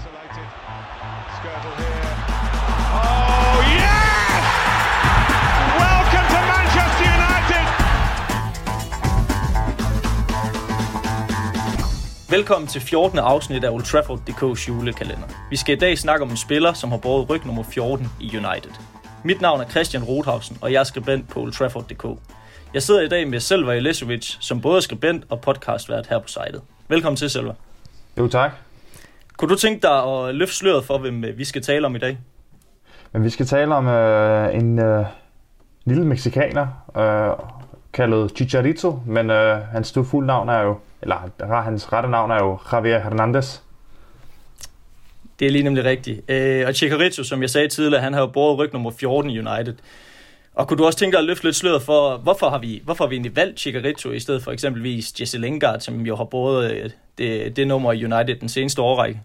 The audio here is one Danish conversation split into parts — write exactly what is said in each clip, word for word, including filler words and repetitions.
Isolated. Skirtle here. Oh yes! Welcome to Manchester United! Velkommen til fjortende afsnit af Old Trafford punktum d k's julekalender. Vi skal i dag snakke om en spiller, som har båret ryg nummer fjorten i United. Mit navn er Christian Rothausen, og jeg er skribent på Old Trafford punktum d k. Jeg sidder i dag med Selva Ilesovic, som både er skribent og podcastvært her på sitet. Velkommen til, Selva. Jo, tak. Kunne du tænke dig at løfte sløret for, hvem vi skal tale om i dag? Men vi skal tale om øh, en øh, lille mexikaner, øh, kaldet Chicharito, men øh, hans fulde navn er jo, eller hans rette navn er jo Javier Hernandez. Det er lige nemlig rigtigt. Øh, og Chicharito, som jeg sagde tidligere, han har jo båret ryg nummer fjorten i United. Og kunne du også tænke dig at løfte lidt sløret for, hvorfor har vi, hvorfor har vi egentlig valgt Chicharito i stedet for eksempelvis Jesse Lingard, som jo har båret det, det nummer i United den seneste årrække?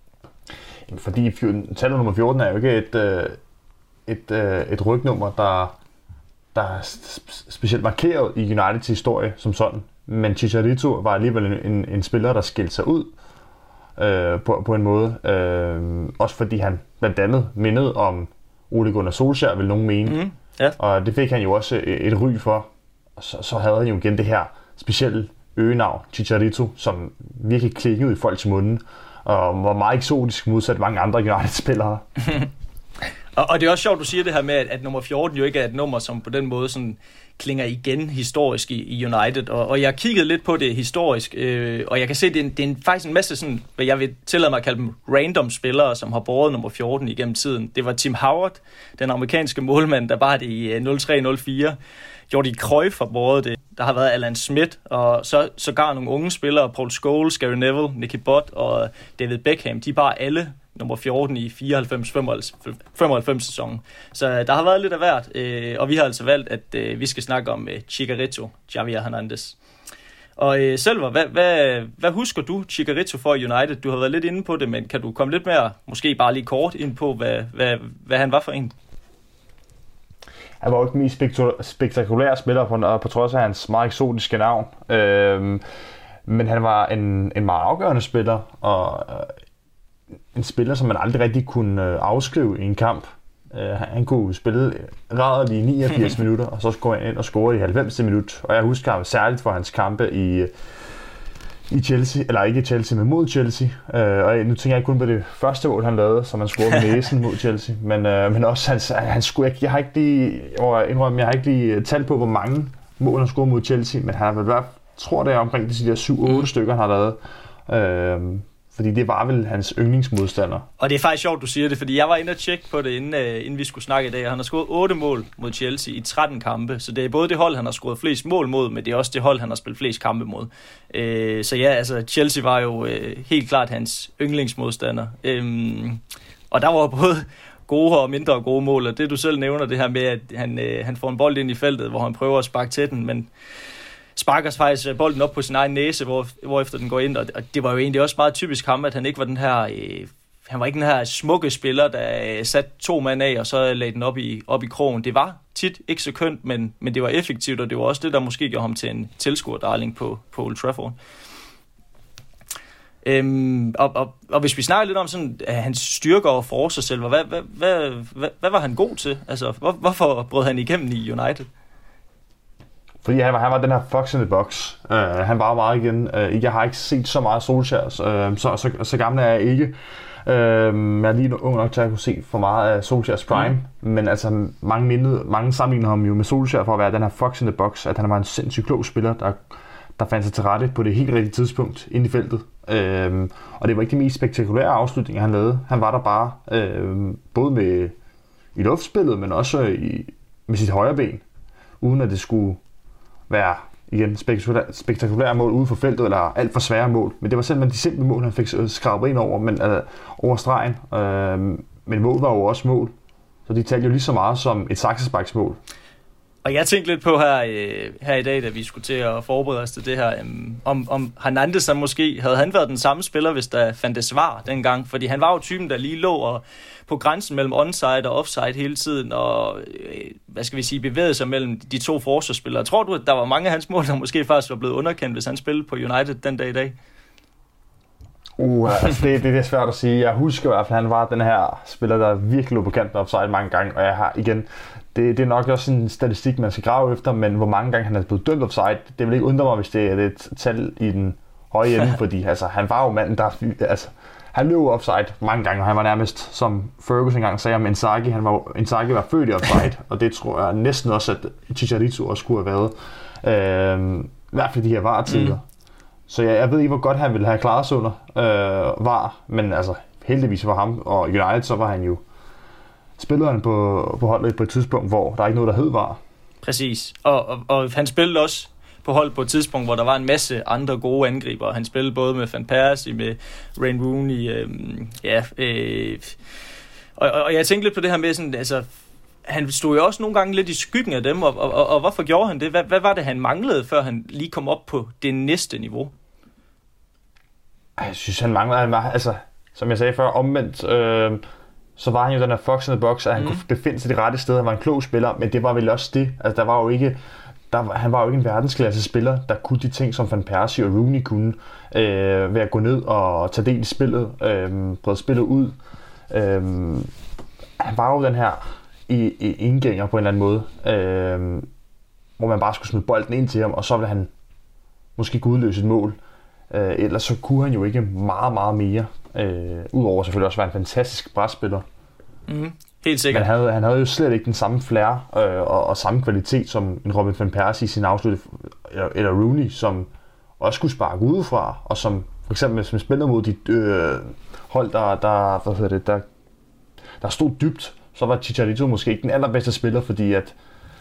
Fordi tallet nummer fjorten er jo ikke et, et, et, et rygnummer, der, der er specielt markeret i Uniteds historie som sådan. Men Chicharito var alligevel en, en spiller, der skilte sig ud øh, på, på en måde. Øh, også fordi han blandt andet mindede om Ole Gunnar Solskjaer, vil nogen mene. Mm. Ja. Og det fik han jo også et ry for. Og så, så havde han jo igen det her specielle øgenavn, Chicharito, som virkelig klikkede i folks munde, og var meget eksotisk modsat mange andre United-spillere. og, og det er også sjovt, du siger det her med, at, at nummer fjorten jo ikke er et nummer, som på den måde sådan klinger igen historisk i, i United. Og, og jeg kiggede lidt på det historisk, øh, og jeg kan se, at det er, en, det er en, faktisk en masse sådan, hvad jeg vil tillade mig at kalde dem, random spillere, som har båret nummer fjorten igennem tiden. Det var Tim Howard, den amerikanske målmand, der var det i nul tre nul fire. Jordi Cruyff har båret det. Der har været Alan Smith, og så sågar nogle unge spillere, Paul Scholes, Gary Neville, Nicky Butt og David Beckham. De bar alle nummer fjorten i fireoghalvfems femoghalvfems sæsonen. Så der har været lidt af hvert, og vi har altså valgt, at vi skal snakke om Chicharito, Javier Hernandez. Og Selva, hvad, hvad, hvad husker du Chicharito for United? Du har været lidt inde på det, men kan du komme lidt mere, måske bare lige kort, ind på, hvad, hvad, hvad han var for en? Han var jo ikke den mest spektakulære spiller på, på trods af hans meget eksotiske navn. Øhm, men han var en, en meget afgørende spiller, og øh, en spiller, som man aldrig rigtig kunne øh, afskrive i en kamp. Øh, han kunne spille rædderligt i niogfirs minutter, og så skulle han ind og score i halvfems minutter. Og jeg husker ham særligt for hans kampe i... i Chelsea, eller ikke Chelsea, men mod Chelsea. Øh, og nu tænker jeg ikke kun på det første mål, han lavede, som han scorede med næsen mod Chelsea, men, øh, men også hans, han skulle ikke, jeg har ikke lige, indrømme, jeg har ikke lige talt på, hvor mange mål han scorede mod Chelsea, men han har vel været, tror det er omkring de der syv otte stykker, han har lavet. Øh, Fordi det var vel hans yndlingsmodstander. Og det er faktisk sjovt, du siger det, fordi jeg var inde og tjekke på det, inden, uh, inden vi skulle snakke i dag. Han har scoret otte mål mod Chelsea i tretten kampe. Så det er både det hold, han har scoret flest mål mod, men det er også det hold, han har spillet flest kampe mod. Uh, så ja, altså Chelsea var jo uh, helt klart hans yndlingsmodstander. Um, og der var både gode og mindre gode mål, og det du selv nævner, det her med, at han, uh, han får en bold ind i feltet, hvor han prøver at sparke til den, men sparker faktisk bolden op på sin egen næse, hvor, hvorefter den går ind, og det var jo egentlig også meget typisk ham, at han ikke var den her, øh, han var ikke den her smukke spiller, der øh, satte to mand af, og så lagde den op i, op i krogen. Det var tit ikke så kønt, men, men det var effektivt, og det var også det, der måske gjorde ham til en tilskuerdarling på, på Old Trafford. Øhm, og, og, og hvis vi snakker lidt om sådan, hans styrker og force selv, hvad, hvad, hvad, hvad, hvad var han god til? Altså, hvor, hvorfor brød han igennem i United? Fordi han var, han var den her fox in the box. Uh, han var meget igen. Uh, jeg har ikke set så meget Solskjaer, uh, så, så, så gammel er jeg ikke. Uh, jeg er lige ung nok til at kunne se for meget af Solskjaers prime. Mm. Men altså, mange, mindede, mange sammenligner ham jo med Solskjaer for at være den her fox in the box. At han var en sindssygt klog spiller, der, der fandt sig til rette på det helt rigtige tidspunkt inde i feltet. Uh, og det var ikke de mest spektakulære afslutninger, han lavede. Han var der bare, uh, både med i luftspillet, men også i, med sit højre ben. Uden at det skulle være igen spektakulære, spektakulære mål ude for feltet, eller alt for svære mål. Men det var simpelthen de simple mål, han fik skrabet ind over, men, uh, over stregen. Uh, men mål var jo også mål. Så de talte jo lige så meget som et saksesparksmål. Og jeg tænkte lidt på her, øh, her i dag, da vi skulle til at forberede os til det her, øh, om, om Hernandez så måske, havde han været den samme spiller, hvis der fandtes var dengang? Fordi han var jo typen, der lige lå og på grænsen mellem onside og offside hele tiden, og øh, hvad skal vi sige, bevægede sig mellem de to forsvarsspillere. Tror du, at der var mange af hans mål, der måske faktisk var blevet underkendt, hvis han spillede på United den dag i dag? Uh, altså det, det, det er svært at sige. Jeg husker i hvert fald, at han var den her spiller, der virkelig lå på kanten offside mange gange, og jeg har igen, det, det er nok også en statistik, man skal grave efter, men hvor mange gange han er blevet dømt offside, det vil ikke undre mig, hvis det er et tal i den høje ende, fordi altså, han var jo manden, der altså, han løb offside mange gange, og han var nærmest, som Ferguson engang sagde om Inzaghi, han var, Inzaghi var født i offside, og det tror jeg næsten også, at Chicharito også kunne have været. Øh, I hvert fald de her varetider. Mm. Så jeg, jeg ved ikke, hvor godt han ville have klaret sig under øh, var, men altså heldigvis for ham og United, så var han jo spilleren på, på holdet på et tidspunkt, hvor der ikke noget, der hed var. Præcis, og, og, og han spillede også på hold på et tidspunkt, hvor der var en masse andre gode angriber. Han spillede både med Van Persie, med Wayne Rooney, øh, ja, øh, og, og jeg tænkte lidt på det her med sådan, altså, han stod jo også nogle gange lidt i skyggen af dem, og, og, og, og hvorfor gjorde han det? Hvad, hvad var det, han manglede, før han lige kom op på det næste niveau? Jeg synes, han manglede, han var, altså, som jeg sagde før, omvendt, øh, så var han jo den her fox in the box, at han mm. kunne befinde sig det rette sted. Han var en klog spiller, men det var vel også det. Altså, der var jo ikke, der, han var jo ikke en verdensklasse spiller, der kunne de ting, som Van Persie og Rooney kunne, øh, ved at gå ned og tage del i spillet, øh, brede spillet ud. Øh, han var jo den her i, i indgænger på en eller anden måde, øh, hvor man bare skulle smide bolden ind til ham, og så ville han måske kunne udløse et mål. Øh, ellers så kunne han jo ikke meget, meget mere. Øh, Udover selvfølgelig også være en fantastisk brætspiller. Mm, helt sikkert. Men han havde, han havde jo slet ikke den samme flair øh, og, og samme kvalitet som en Robin van Persie i sin afslut, eller, eller Rooney, som også skulle sparke udefra, og som for eksempel hvis man spiller mod de øh, hold, der, der, hvad hedder det, der, der stod dybt, så var Chicharito måske ikke den allerbedste spiller, fordi at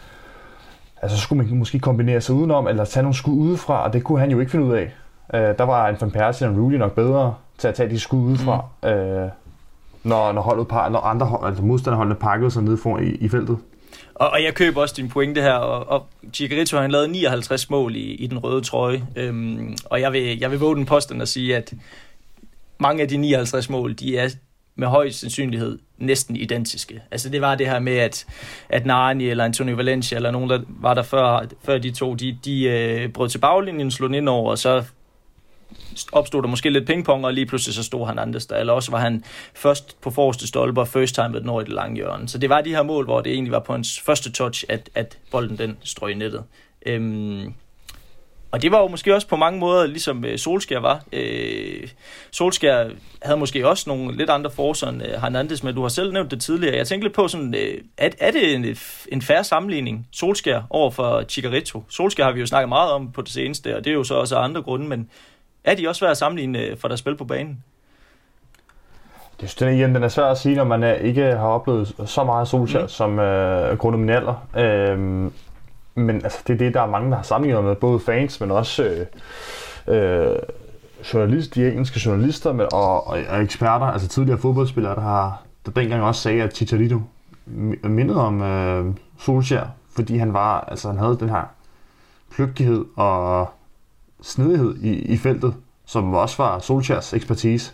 altså, så skulle man måske kombinere sig udenom, eller tage nogle skud udefra, og det kunne han jo ikke finde ud af. Øh, der var en Van Persie og en Rooney nok bedre til at tage de skud udefra, mm. øh, når, når, holdet par, når andre hold, altså modstanderholdene pakkede sig ned foran i, i feltet. Og, og jeg køber også din pointe her, og, og Chicharito han lavede nioghalvtreds mål i, i den røde trøje, øhm, og jeg vil, jeg vil våge den påstand at sige, at mange af de nioghalvtreds mål, de er med høj sandsynlighed næsten identiske. Altså det var det her med, at, at Nani eller Antonio Valencia, eller nogen, der var der før, før de to, de, de øh, brød til baglinjen, slog ind over, og så opstod der måske lidt pingpong, og lige pludselig så stod han andet der, eller også var han først på forreste stolper, first time ved den over i det lange hjørne. Så det var de her mål, hvor det egentlig var på hans første touch, at, at bolden den strøg i nettet. Øhm, og det var jo måske også på mange måder, ligesom Solskjær var. Øh, Solskjær havde måske også nogle lidt andre forser end Hernandez, men du har selv nævnt det tidligere. Jeg tænkte lidt på, sådan, øh, er, er det en, en fair sammenligning, Solskjær over for Chicharito? Solskjær har vi jo snakket meget om på det seneste, og det er jo så også af andre grunde, men er de også værd at sammenligne for deres spil på banen? Det er igen, den er svær at sige, når man ikke har oplevet så meget Solskjær mm. som øh, grundnominaler. Øhm, men altså, det er det, der er mange, der har sammenlignet med, både fans, men også øh, øh, journalister, de engelske journalister med, og, og, og eksperter, altså tidligere fodboldspillere, der har der dengang også sagde, at Chicharito mindede om øh, Solskjær, fordi han var, altså han havde den her kløgtighed og snedighed i, i feltet, som også var Solskjærs ekspertise.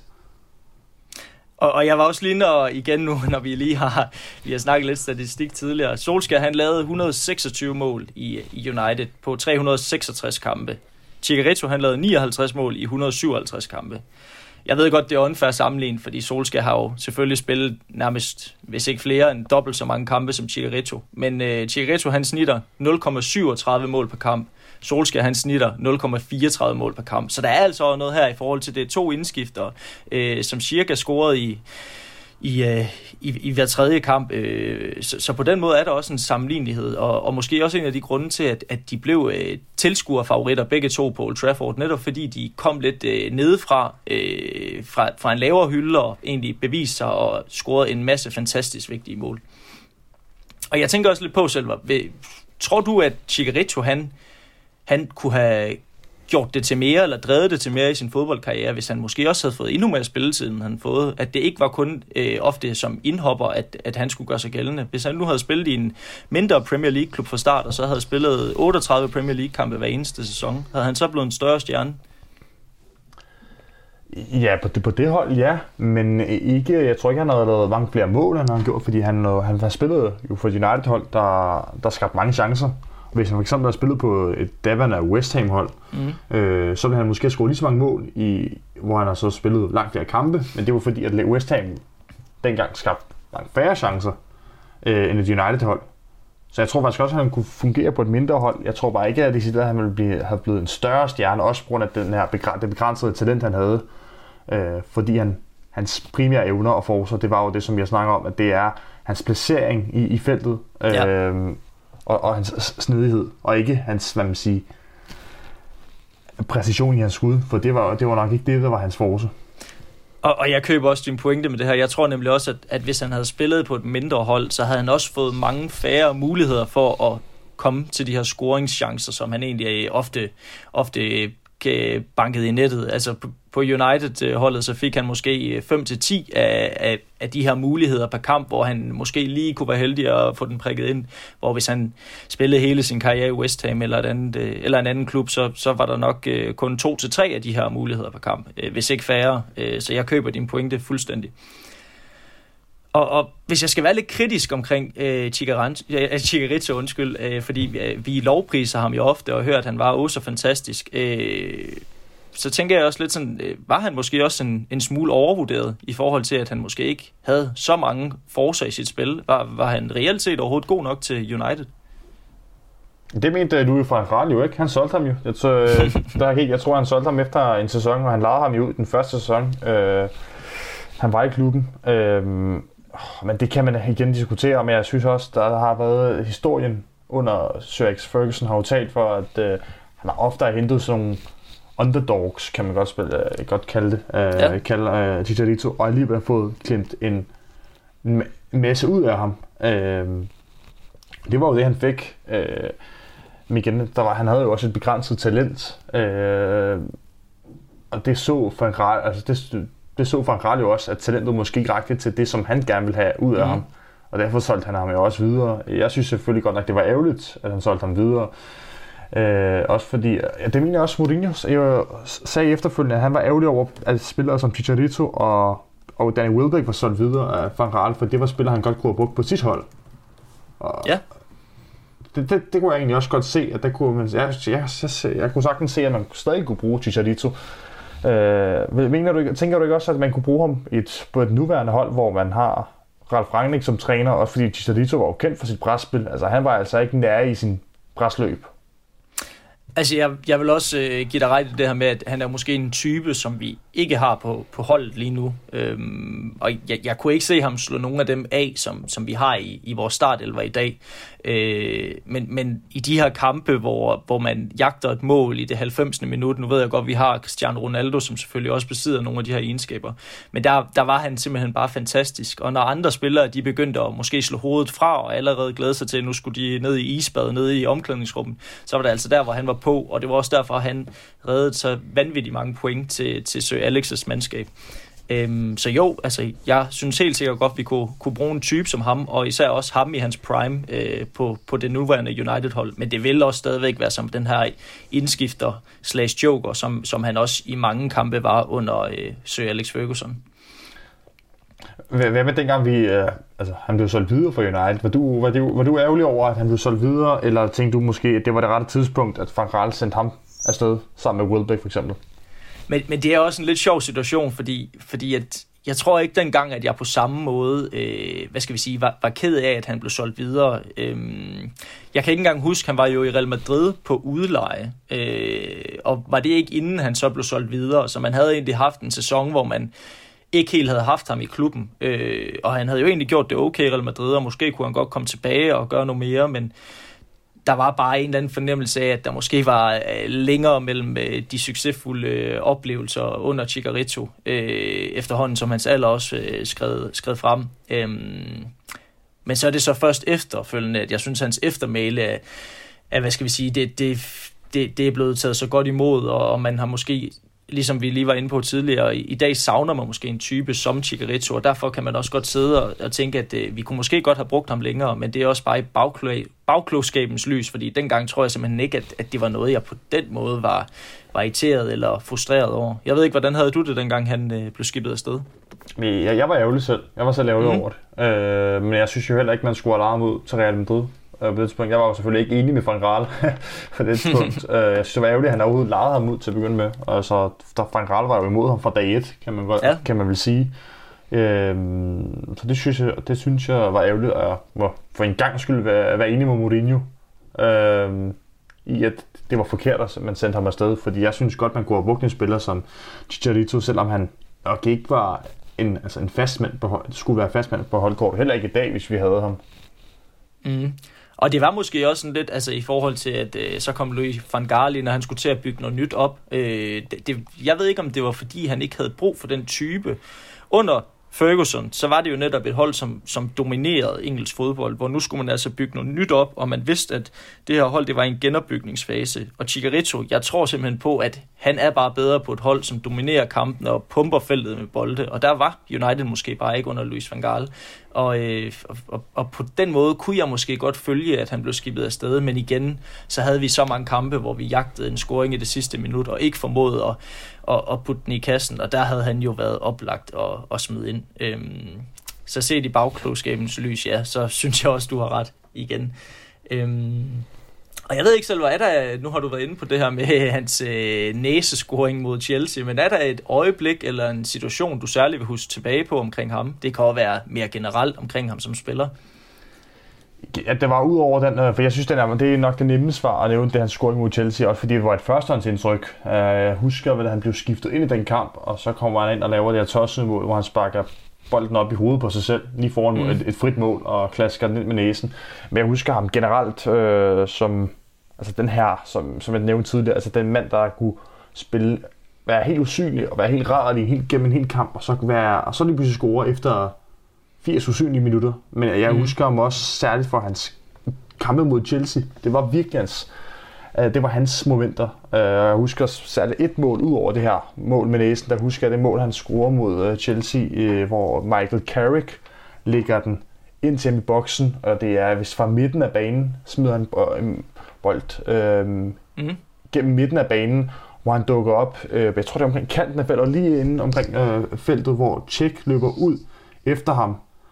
Og, og jeg var også lige når, igen nu, når vi lige har, vi har snakket lidt statistik tidligere. Solskjær, han lavede et hundrede og seksogtyve mål i, i United på tre hundrede og seksogtres kampe. Chicharito, han lavede nioghalvtreds mål i et hundrede og syvoghalvtreds kampe. Jeg ved godt, det er unfair sammenligning, fordi Solskjær har jo selvfølgelig spillet nærmest, hvis ikke flere, end dobbelt så mange kampe som Chicharito. Men øh, Chicharito, han snitter nul komma syvogtredive mål per kamp. Solskjær, han snitter nul komma fireogtredive mål per kamp. Så der er altså noget her i forhold til det to indskifter, øh, som cirka scorede i, i, øh, i, i hver tredje kamp. Øh, så, så på den måde er der også en sammenlignelighed, og, og måske også en af de grunde til, at, at de blev øh, tilskuerfavoritter begge to på Old Trafford, netop fordi de kom lidt øh, nedefra øh, fra, fra en lavere hylde og egentlig beviste sig og scorede en masse fantastisk vigtige mål. Og jeg tænker også lidt på selv, tror du, at Chicharito, han han kunne have gjort det til mere, eller drevet det til mere i sin fodboldkarriere, hvis han måske også havde fået endnu mere spilletid, end han fået. At det ikke var kun øh, ofte som indhopper, at, at han skulle gøre sig gældende. Hvis han nu havde spillet i en mindre Premier League-klub fra start, og så havde spillet otteogtredive Premier League-kampe hver eneste sæson, havde han så blevet en større stjerne? Ja, på det, på det hold, ja. Men ikke, jeg tror ikke, han havde lavet mange flere mål, end han gjorde, fordi han, han har spillet jo for United-hold, der, der skabte mange chancer. hvis han for eksempel havde spillet på et daværende West Ham hold, mm. øh, så ville han måske have scoret lige så mange mål, i, hvor han har så spillet langt flere kampe, men det var fordi, at West Ham dengang skabte langt færre chancer øh, end et United-hold. Så jeg tror faktisk også, at han kunne fungere på et mindre hold. Jeg tror bare ikke, at det han ville blive, have blevet en større stjerne, også på grund af den her begræn- det begrænsede talent, han havde. Øh, fordi han, hans primære evner og forcer, det var jo det, som jeg snakker om, at det er hans placering i, i feltet, øh, ja. og, og hans snedighed, og ikke hans, hvad man siger, præcision i hans skud, for det var, det var nok ikke det, der var hans force. Og, og jeg køber også din pointe med det her. Jeg tror nemlig også, at, at hvis han havde spillet på et mindre hold, så havde han også fået mange færre muligheder for at komme til de her scoringschancer, som han egentlig ofte, ofte banket i nettet. Altså på, på United-holdet, så fik han måske fem til ti af, af, af de her muligheder per kamp, hvor han måske lige kunne være heldig at få den prikket ind. Hvor hvis han spillede hele sin karriere i West Ham eller, et andet, eller en anden klub, så, så var der nok kun to til tre af de her muligheder per kamp, hvis ikke færre. Så jeg køber din pointe fuldstændig. Og, og hvis jeg skal være lidt kritisk omkring øh, Chicharito, undskyld, øh, fordi øh, vi lovpriser ham jo ofte og hører, at han var også så fantastisk, øh, så tænker jeg også lidt sådan, øh, var han måske også en, en smule overvurderet i forhold til, at han måske ikke havde så mange forser i sit spil. Var, var han reelt set overhovedet god nok til United? Det mente Louis van Gaal jo ikke. Han solgte ham jo. Jeg tror, der er, jeg tror han solgte ham efter en sæson, og han lejede ham jo ud den første sæson. Øh, han var i klubben. Øh, Men det kan man igen diskutere, men jeg synes også, der har været historien under Sir Alex Ferguson har jo talt for, at øh, han har ofte hentet sådan nogle underdogs, kan man godt, spille, øh, godt kalde det, øh, ja. kalde øh, Chicharito, og alligevel har fået klemt en, en masse ud af ham. Øh, det var jo det, han fik. Øh, men igen, der var, han havde jo også et begrænset talent, øh, og det så Van Gaal, altså det Det så Van Gaal jo også, at talentet måske ikke rakte til det, som han gerne ville have ud af mm. ham. Og derfor solgte han ham jo også videre. Jeg synes selvfølgelig godt nok, det var ærgerligt, at han solgte ham videre. Øh, også fordi, ja, det mener også Mourinho jeg sagde efterfølgende, at han var ærgerlig over, at spillere som Chicharito og, og Danny Welbeck var solgt videre af Van Gaal, for det var spillere, han godt kunne have brugt på sit hold. Og ja. Det, det, det kunne jeg egentlig også godt se, at der kunne man, jeg, jeg, jeg, jeg kunne sagtens se, at man stadig kunne bruge Chicharito. Øh, mener du, tænker du ikke også, at man kunne bruge ham et, på et nuværende hold, hvor man har Ralf Rangnick som træner, også fordi Chicharito var jo kendt for sit presspil. Altså han var altså ikke nær i sin presløb. Altså jeg, jeg vil også øh, give dig ret i det her med, at han er måske en type, som vi ikke har på, på holdet lige nu. Øhm, og jeg, jeg kunne ikke se ham slå nogle af dem af, som, som vi har i, i vores startelver i dag. Øh, men, men i de her kampe, hvor, hvor man jagter et mål i det halvfemsende minut, nu ved jeg godt, at vi har Cristiano Ronaldo, som selvfølgelig også besidder nogle af de her egenskaber. Men der, der var han simpelthen bare fantastisk. Og når andre spillere, de begyndte at måske slå hovedet fra, og allerede glæde sig til, at nu skulle de ned i isbad, ned i omklædningsrummet, så var det altså der, hvor han var på, og det var også derfor, at han reddede så vanvittigt mange point til, til Sir Alex's mandskab. Øhm, så jo, altså jeg synes helt sikkert godt, at vi kunne, kunne bruge en type som ham, og især også ham i hans prime øh, på, på det nuværende United-hold. Men det vil også stadigvæk være som den her indskifter slash joker, som, som han også i mange kampe var under øh, Sir Alex Ferguson. Hvad med dengang vi, øh, altså han blev solgt videre for United? Var du, var, du, var du ærgerlig over, at han blev solgt videre, eller tænkte du måske, at det var det rette tidspunkt, at Van Gaal sendte ham afsted sammen med Welbeck for eksempel? Men, men det er også en lidt sjov situation, fordi, fordi at jeg tror ikke dengang, at jeg på samme måde, øh, hvad skal vi sige, var, var ked af, at han blev solgt videre. Øh, jeg kan ikke engang huske, han var jo i Real Madrid på udleje, øh, og var det ikke inden han så blev solgt videre, så man havde egentlig haft en sæson, hvor man ikke helt havde haft ham i klubben, øh, og han havde jo egentlig gjort det okay i Real Madrid, og måske kunne han godt komme tilbage og gøre noget mere, men der var bare en eller anden fornemmelse af, at der måske var øh, længere mellem øh, de succesfulde øh, oplevelser under Chicharito, øh, efterhånden som hans alder også øh, skred, skred frem. Øhm, men så er det så først efterfølgende, at jeg synes, at hans eftermæle er, er, hvad skal vi sige, det, det, det, det er blevet taget så godt imod, og, og man har måske, ligesom vi lige var inde på tidligere, i, i dag savner man måske en type som Chicharito, og derfor kan man også godt sidde og, og tænke, at øh, vi kunne måske godt have brugt ham længere, men det er også bare i bagklog, bagklogskabens lys, fordi dengang tror jeg simpelthen ikke, at, at det var noget, jeg på den måde var, var irriteret eller frustreret over. Jeg ved ikke, hvordan havde du det, dengang han øh, blev skibet afsted? Jeg, jeg var ærgerlig selv. Jeg var selv ærgerlig mm. over det. Øh, men jeg synes jo heller ikke, man skulle have larmet ud til Real Madrid. øh, på det tidspunkt. Jeg var jo selvfølgelig ikke enig med Van Gaal på det tidspunkt. øh, jeg synes, det var ærgerligt, at han overhovedet lejede ham ud til at begynde med. Og så der Van Gaal var jo imod ham fra dag et, kan man, godt, ja. kan man vel sige. Øh, så det synes, jeg, det synes jeg var ærgerligt, at for en gang skulle være, være enig med Mourinho. Øh, i at det var forkert, at man sendte ham afsted. Fordi jeg synes godt, man kunne have brugt en spiller som Chicharito, selvom han nok ikke var en, altså en fastmand på, skulle være fastmand på holdkortet. Heller ikke i dag, hvis vi havde ham. Mm. Og det var måske også sådan lidt, altså i forhold til, at øh, så kom Louis van Gaal, når han skulle til at bygge noget nyt op. Øh, det, det, jeg ved ikke, om det var fordi, han ikke havde brug for den type. Under Ferguson, så var det jo netop et hold, som, som dominerede engelsk fodbold, hvor nu skulle man altså bygge noget nyt op, og man vidste, at det her hold, det var en genopbygningsfase. Og Chicharito, jeg tror simpelthen på, at han er bare bedre på et hold, som dominerer kampen og pumper feltet med bolde, og der var United måske bare ikke under Louis van Gaal. Og, øh, og, og på den måde kunne jeg måske godt følge, at han blev skibet afsted, men igen, så havde vi så mange kampe, hvor vi jagtede en scoring i det sidste minut, og ikke formåede at, at, at putte den i kassen, og der havde han jo været oplagt og, og smidt ind. Øhm, så set i bagklogskabens lys, ja, så synes jeg også, du har ret igen. Øhm, og jeg ved ikke selv, hvad er der, nu har du været inde på det her med hans øh, næsescoring mod Chelsea, men er der et øjeblik eller en situation, du særligt vil huske tilbage på omkring ham? Det kan også være mere generelt omkring ham som spiller. Ja, det var ud over den, for jeg synes, den er, det er nok det nemme svar at nævne det, hans scoring mod Chelsea, også fordi det var et førstehåndsindtryk. Jeg husker, at han blev skiftet ind i den kamp, og så kommer han ind og laver det her tossede mål, hvor han sparker bolden op i hovedet på sig selv, lige foran mm. et, et frit mål, og klasker den ind med næsen. Men jeg husker ham generelt øh, som, altså den her, som, som jeg nævnte tidligere, altså den mand, der kunne spille, være helt usynlig og være helt rarlig helt gennem en hel kamp, og så, være, og så lige pludselig score efter firs usynlige minutter. Men jeg mm. husker ham også særligt for hans kampe mod Chelsea. Det var virkelig hans, øh, det var hans momenter. Øh, jeg husker særligt et mål ud over det her mål med næsen. Der husker jeg det mål, han scorer mod øh, Chelsea, øh, hvor Michael Carrick lægger den ind til ham i boksen, og det er, hvis fra midten af banen smider han en bold øh, mm. gennem midten af banen, hvor han dukker op. Øh, jeg tror, det er omkring kanten af feltet, lige inde omkring øh, feltet, hvor Cech løber ud efter ham.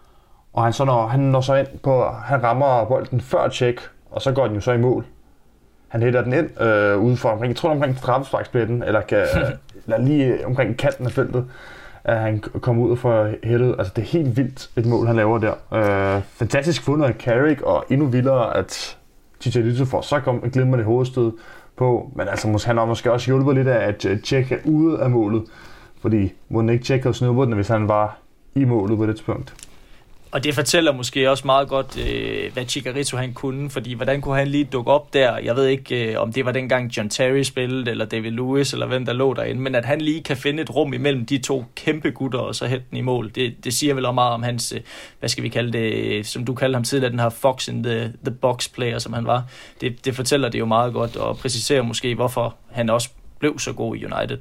Og han, så når, han når så ind på, han rammer bolden før Cech, og så går den jo så i mål. Han hætter den ind øh, ude for omkring, jeg tror omkring straffesparkspletten, eller, eller lige omkring kanten af feltet, at han kommer ud og får hættet. Altså det er helt vildt et mål, han laver der. Øh, fantastisk fundet af Carrick, og endnu vildere, at Chicharito får så kom glimrende hovedstød på. Men altså måske, han har måske også hjulpet lidt af, at Cech er ude af målet. Fordi må ikke Cech havde snuppet den, hvis han var i målet på det tidspunkt. Og det fortæller måske også meget godt, øh, hvad Chicharito han kunne, fordi hvordan kunne han lige dukke op der? Jeg ved ikke, øh, om det var dengang John Terry spillede, eller David Lewis, eller hvem der lå derinde, men at han lige kan finde et rum imellem de to kæmpe gutter, og så hætte den i mål, det, det siger vel også meget om hans, øh, hvad skal vi kalde det, som du kaldte ham tidligere, den her fox in the, the box player, som han var. Det, det fortæller det jo meget godt, og præciserer måske, hvorfor han også blev så god i United.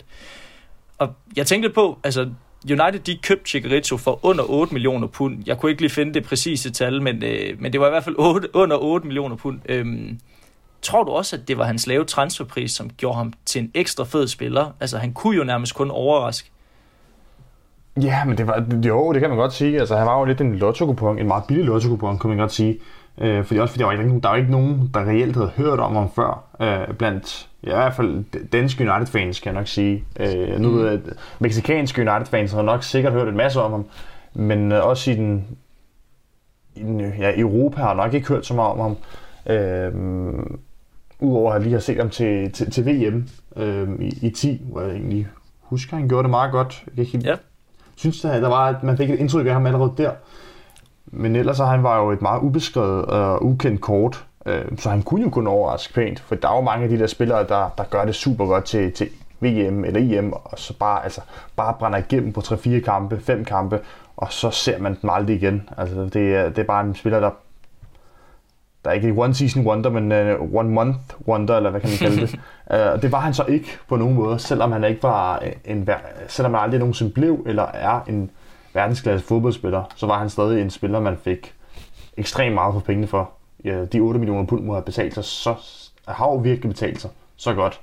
Og jeg tænkte på, altså, United, de købte Chicharito for under otte millioner pund. Jeg kunne ikke lige finde det præcise tal, men, øh, men det var i hvert fald otte, under otte millioner pund. Øhm, tror du også, at det var hans lave transferpris, som gjorde ham til en ekstra fed spiller? Altså, han kunne jo nærmest kun overraske. Ja, men det var, jo, det kan man godt sige. Altså, han var jo lidt en lotto-kupon, en meget billig lotto-kupon, kan man godt sige. Øh, fordi også fordi der var, ikke, der var ikke nogen, der reelt havde hørt om ham før, øh, blandt ja, i hvert fald danske United-fans, kan jeg nok sige. Øh, nu ved jeg, at mexicanske United-fans har nok sikkert hørt en masse om ham, men øh, også i den, i den ja, Europa har nok ikke hørt så meget om ham. Øh, Udover at jeg lige har set ham til, til, til V M øh, i, i ti, hvor jeg egentlig husker, han gjorde det meget godt. Jeg kan, ja. synes, at der var, at man fik et indtryk af ham allerede der. Men ellers så han var jo et meget ubeskrevet og uh, ukendt kort, uh, så han kunne jo kun overraske pænt, for der er jo mange af de der spillere, der, der gør det super godt til, til V M eller I M, og så bare, altså, bare brænder igennem på tre fire kampe, fem kampe, og så ser man dem aldrig igen. Altså, det, er, det er bare en spiller, der, der er ikke en one season wonder, men uh, one month wonder, eller hvad kan man kalde det. uh, det var han så ikke på nogen måde, selvom han ikke var en, selvom han aldrig nogensinde blev, eller er en verdensklasse fodboldspiller, så var han stadig en spiller, man fik ekstremt meget for pengene for. Ja, de otte millioner pund må have betalt sig, så har jo virkelig betalt sig så godt.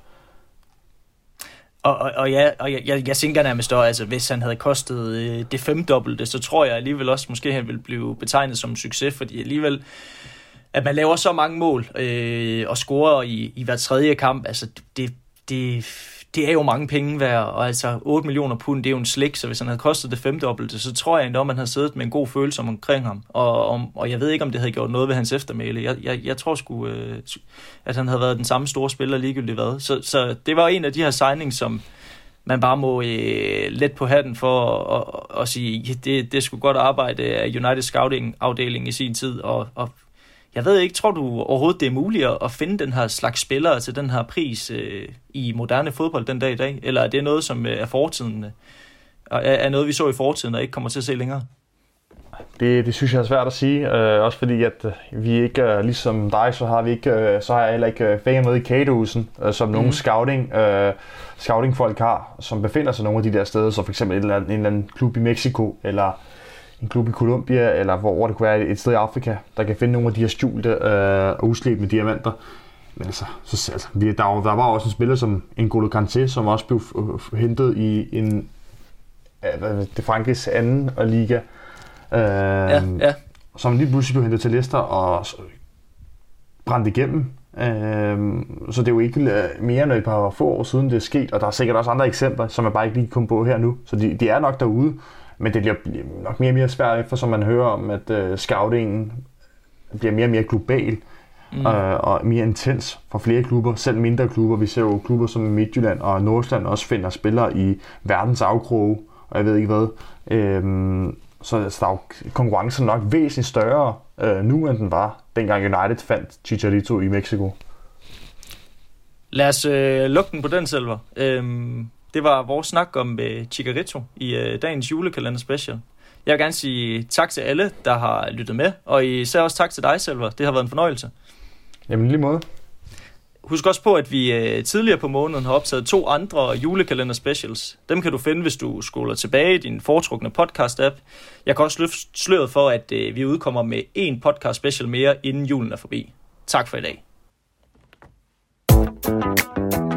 Og, og, og ja, og jeg, jeg, jeg tænker nærmest også, altså hvis han havde kostet øh, det femdobbelte, så tror jeg alligevel også, måske han ville blive betegnet som en succes, fordi alligevel, at man laver så mange mål øh, og scorer i, i hver tredje kamp, altså det, det, det er jo mange penge værd, og altså otte millioner pund, det er jo en slik, så hvis han havde kostet det femdobbelte, så tror jeg endda, at man havde siddet med en god følelse omkring ham, og, og, og jeg ved ikke, om det havde gjort noget ved hans eftermæle. Jeg, jeg, jeg tror sgu, øh, at han havde været den samme store spiller ligegyldigt hvad. Så, så det var en af de her signings, som man bare må øh, let på hatten for at, at sige, det, det skulle godt arbejde af United Scouting-afdelingen i sin tid, og, og jeg ved ikke, tror du overhovedet, det er muligt at finde den her slags spillere til den her pris øh, i moderne fodbold den dag i dag? Eller er det noget, som er fortiden, er, er noget, vi så i fortiden, og ikke kommer til at se længere? Det, det synes jeg er svært at sige, øh, også fordi at øh, vi ikke, øh, ligesom dig, så har vi ikke, øh, så har jeg heller ikke øh, fingre med i kagehusen, øh, som mm. nogle scouting, øh, scouting-folk har, som befinder sig nogle af de der steder, så for eksempel en eller anden, en eller anden klub i Mexico, eller en klub i Colombia, eller hvor, hvor det kunne være et sted i Afrika, der kan finde nogle af de her skjulte øh, og uslebne diamanter. Men altså, så, altså vi, der, der var også en spiller som N'Golo Kanté, som også blev f- hentet i en øh, det Frankrigs anden liga, øh, ja, ja. som lige pludselig blev hentet til Leicester og brændt igennem. Øh, så det er jo ikke mere end et par få år siden det er sket, og der er sikkert også andre eksempler, som jeg bare ikke lige kom på her nu. Så de, de er nok derude. Men det bliver nok mere og mere svært, eftersom man hører om, at uh, scoutingen bliver mere og mere global mm. uh, og mere intens for flere klubber, selv mindre klubber. Vi ser jo klubber som Midtjylland og Nordsjælland også finder spillere i verdens afkroge, og jeg ved ikke hvad. Um, så, så der er jo konkurrencen nok væsentligt større uh, nu, end den var, dengang United fandt Chicharito i Mexico. Lad os øh, lukke den på den, Selver. Øhm Det var vores snak om uh, Chicharito i uh, dagens julekalender special. Jeg vil gerne sige tak til alle, der har lyttet med, og især også tak til dig, Selver. Det har været en fornøjelse. Jamen lige måde. Husk også på, at vi uh, tidligere på måneden har optaget to andre julekalender specials. Dem kan du finde, hvis du scroller tilbage i din foretrukne podcast-app. Jeg kan også løfte sløret for, at uh, vi udkommer med en podcast special mere, inden julen er forbi. Tak for i dag.